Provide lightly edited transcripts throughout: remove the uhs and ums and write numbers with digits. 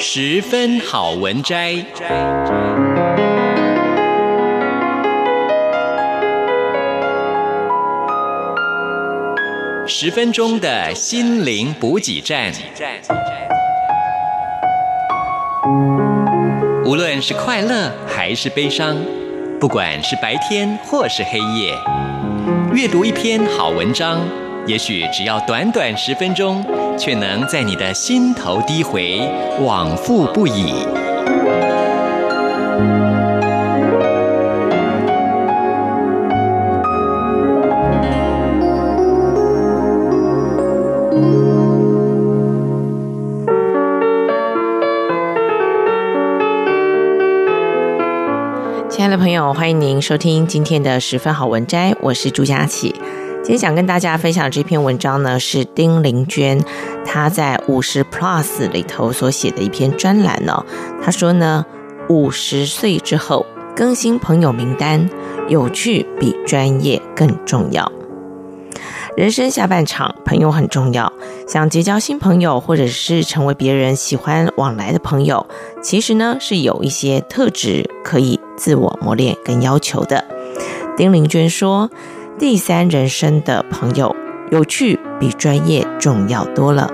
十分好文摘。10分钟的心灵补给站。无论是快乐还是悲伤，不管是白天或是黑夜，阅读一篇好文章，也许只要短短10分钟，却能在你的心头低回，往复不已。 亲爱的朋友，欢迎您收听今天的十分好文摘，我是朱佳琪。今天想跟大家分享这篇文章呢，是丁玲娟她在50 Plus 里头所写的一篇专栏哦。她说呢，50岁之后更新朋友名单，有趣比专业更重要。人生下半场，朋友很重要。想结交新朋友，或者是成为别人喜欢往来的朋友，其实呢是有一些特质可以自我磨练跟要求的。丁玲娟说，第三人生的朋友，有趣比专业重要多了。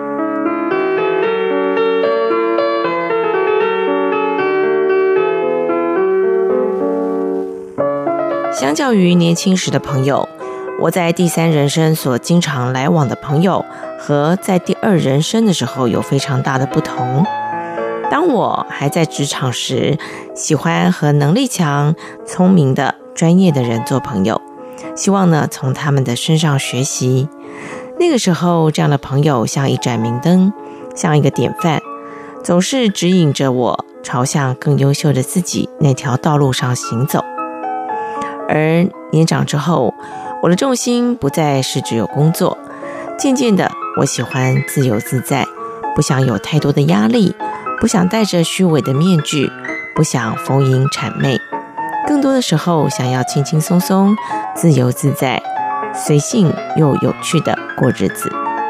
相较于年轻时的朋友，我在第三人生所经常来往的朋友和在第二人生的时候有非常大的不同。当我还在职场时，喜欢和能力强、聪明的、专业的人做朋友，希望呢从他们的身上学习。那个时候，这样的朋友像一盏明灯，像一个典范，总是指引着我朝向更优秀的自己那条道路上行走。而年长之后，我的重心不再是只有工作，渐渐的，我喜欢自由自在，不想有太多的压力，不想戴着虚伪的面具，不想逢迎谄媚，更多的时候想要轻轻松松、自由自在、随性又有趣的过日子。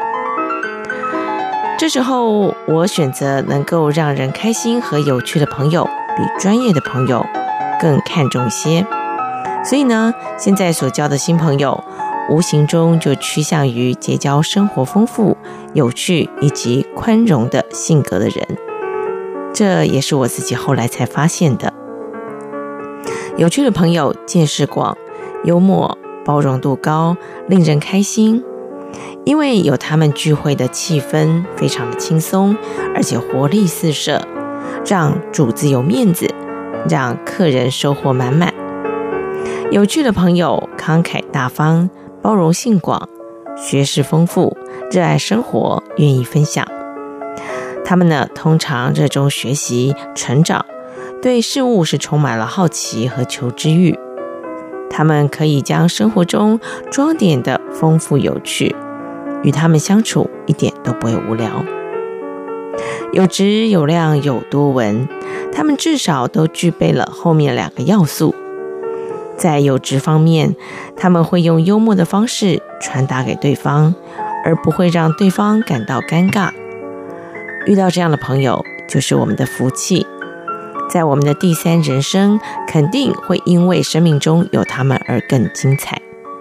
这时候，我选择能够让人开心和有趣的朋友，比专业的朋友更看重些。所以呢，现在所交的新朋友，无形中就趋向于结交生活丰富、有趣以及宽容的性格的人。这也是我自己后来才发现的。有趣的朋友见识广、幽默、包容度高，令人开心。因为有他们聚会的气氛非常的轻松，而且活力四射，让主子有面子，让客人收获满满。有趣的朋友慷慨大方，包容性广，学识丰富，热爱生活，愿意分享。他们呢，通常热衷学习成长，对事物是充满了好奇和求知欲。他们可以将生活中装点的丰富有趣，与他们相处一点都不会无聊。有质有量有多闻，他们至少都具备了后面2个要素。在有质方面，他们会用幽默的方式传达给对方，而不会让对方感到尴尬。遇到这样的朋友，就是我们的福气。在我们的第三人生，肯定会因为生命中有他们而更精彩。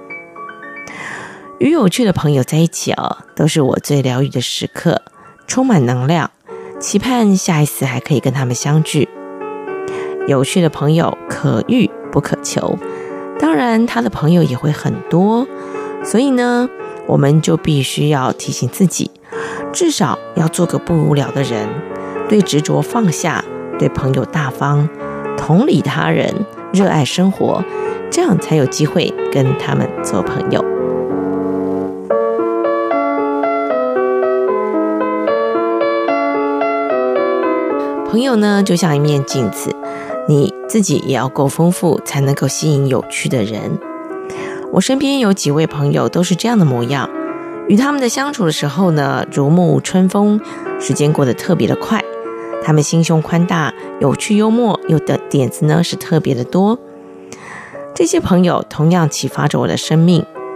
与有趣的朋友在一起都是我最疗愈的时刻，充满能量，期盼下一次还可以跟他们相聚。有趣的朋友可遇不可求，当然他的朋友也会很多，所以呢，我们就必须要提醒自己，至少要做个不无聊的人，对执着放下，对朋友大方，同理他人，热爱生活，这样才有机会跟他们做朋友。朋友呢，就像一面镜子，你自己也要够丰富，才能够吸引有趣的人。我身边有几位朋友都是这样的模样，与他们的相处的时候呢，如沐春风，时间过得特别的快。他们心胸宽大，有趣幽默，有的点子呢是特别的多。这些朋友同样启发着我的生命。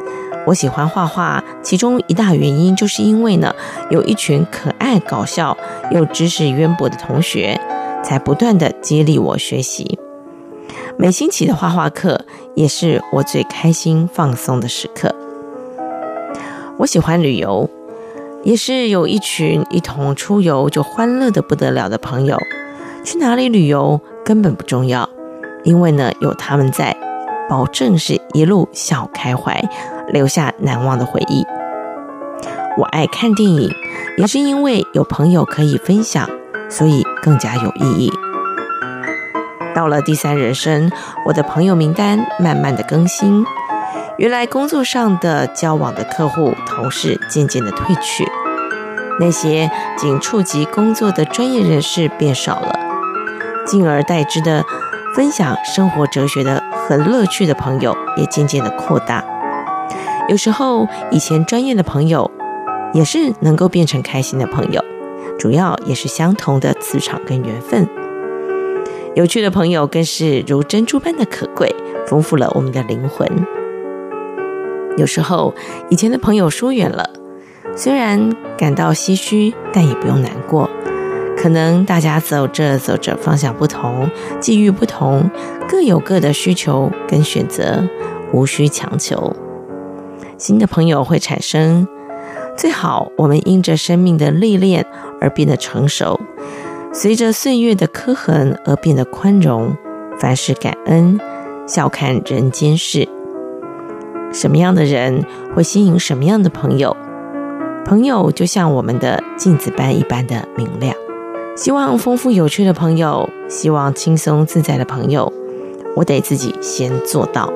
我喜欢画画，其中一大原因就是因为呢，有一群可爱搞笑又知识渊博的同学，才不断的激励我学习。每星期的画画课也是我最开心放松的时刻。我喜欢旅游，也是有一群一同出游就欢乐的不得了的朋友。去哪里旅游根本不重要，因为呢有他们在，保证是一路笑开怀，留下难忘的回忆。我爱看电影，也是因为有朋友可以分享，所以更加有意义。到了第三人生，我的朋友名单慢慢的更新，原来工作上的交往的客户同事渐渐的退去，那些仅触及工作的专业人士变少了，进而代之的分享生活哲学的很乐趣的朋友也渐渐的扩大。有时候以前专业的朋友也是能够变成开心的朋友，主要也是相同的磁场跟缘分。有趣的朋友更是如珍珠般的可贵，丰富了我们的灵魂。有时候以前的朋友疏远了，虽然感到唏嘘，但也不用难过。可能大家走着走着方向不同，际遇不同，各有各的需求跟选择，无需强求。新的朋友会产生，最好我们因着生命的历练而变得成熟，随着岁月的刻痕而变得宽容，凡事感恩，笑看人间事。什么样的人会吸引什么样的朋友？朋友就像我们的镜子般一般的明亮。希望丰富有趣的朋友，希望轻松自在的朋友，我得自己先做到。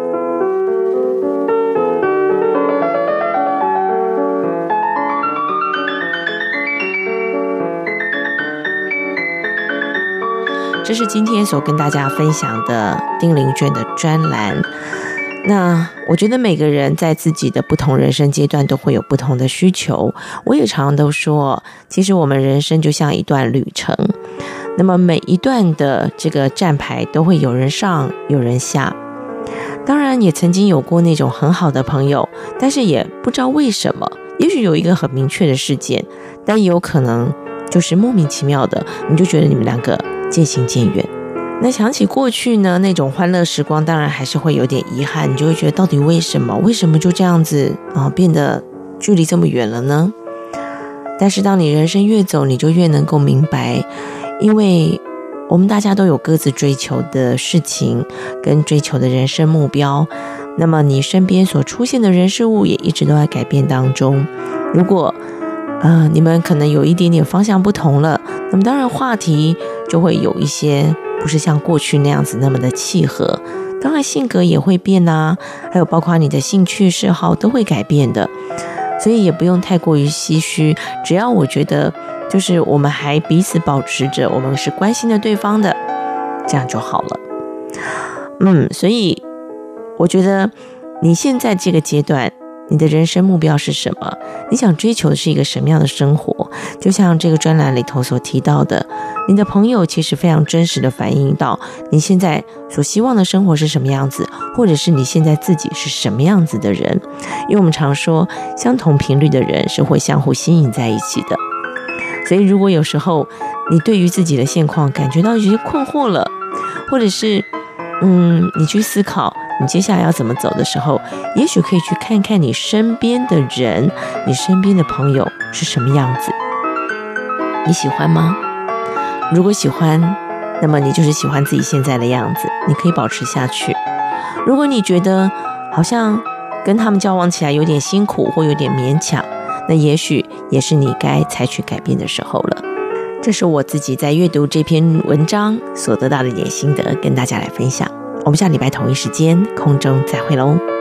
这是今天所跟大家分享的丁玲娟的专栏。那我觉得每个人在自己的不同人生阶段都会有不同的需求。我也常常都说，其实我们人生就像一段旅程，那么每一段的这个站牌都会有人上有人下。当然也曾经有过那种很好的朋友，但是也不知道为什么，也许有一个很明确的事件，但也有可能就是莫名其妙的，你就觉得你们两个渐行渐远。那想起过去呢，那种欢乐时光，当然还是会有点遗憾，你就会觉得到底为什么就这样子变得距离这么远了呢？但是当你人生越走，你就越能够明白，因为我们大家都有各自追求的事情跟追求的人生目标，那么你身边所出现的人事物也一直都在改变当中。如果你们可能有一点点方向不同了，那么当然话题就会有一些不是像过去那样子那么的契合，当然性格也会变啊，还有包括你的兴趣嗜好都会改变的，所以也不用太过于唏嘘，只要我觉得就是我们还彼此保持着我们是关心的对方的，这样就好了。所以我觉得你现在这个阶段，你的人生目标是什么？你想追求的是一个什么样的生活？就像这个专栏里头所提到的，你的朋友其实非常真实的反映到你现在所希望的生活是什么样子，或者是你现在自己是什么样子的人。因为我们常说，相同频率的人是会相互吸引在一起的。所以如果有时候你对于自己的现况感觉到有些困惑了，或者是你去思考你接下来要怎么走的时候，也许可以去看看你身边的人，你身边的朋友是什么样子，你喜欢吗？如果喜欢，那么你就是喜欢自己现在的样子，你可以保持下去。如果你觉得好像跟他们交往起来有点辛苦或有点勉强，那也许也是你该采取改变的时候了。这是我自己在阅读这篇文章所得到的一点心得，跟大家来分享。我们下礼拜同一时间空中再会喽。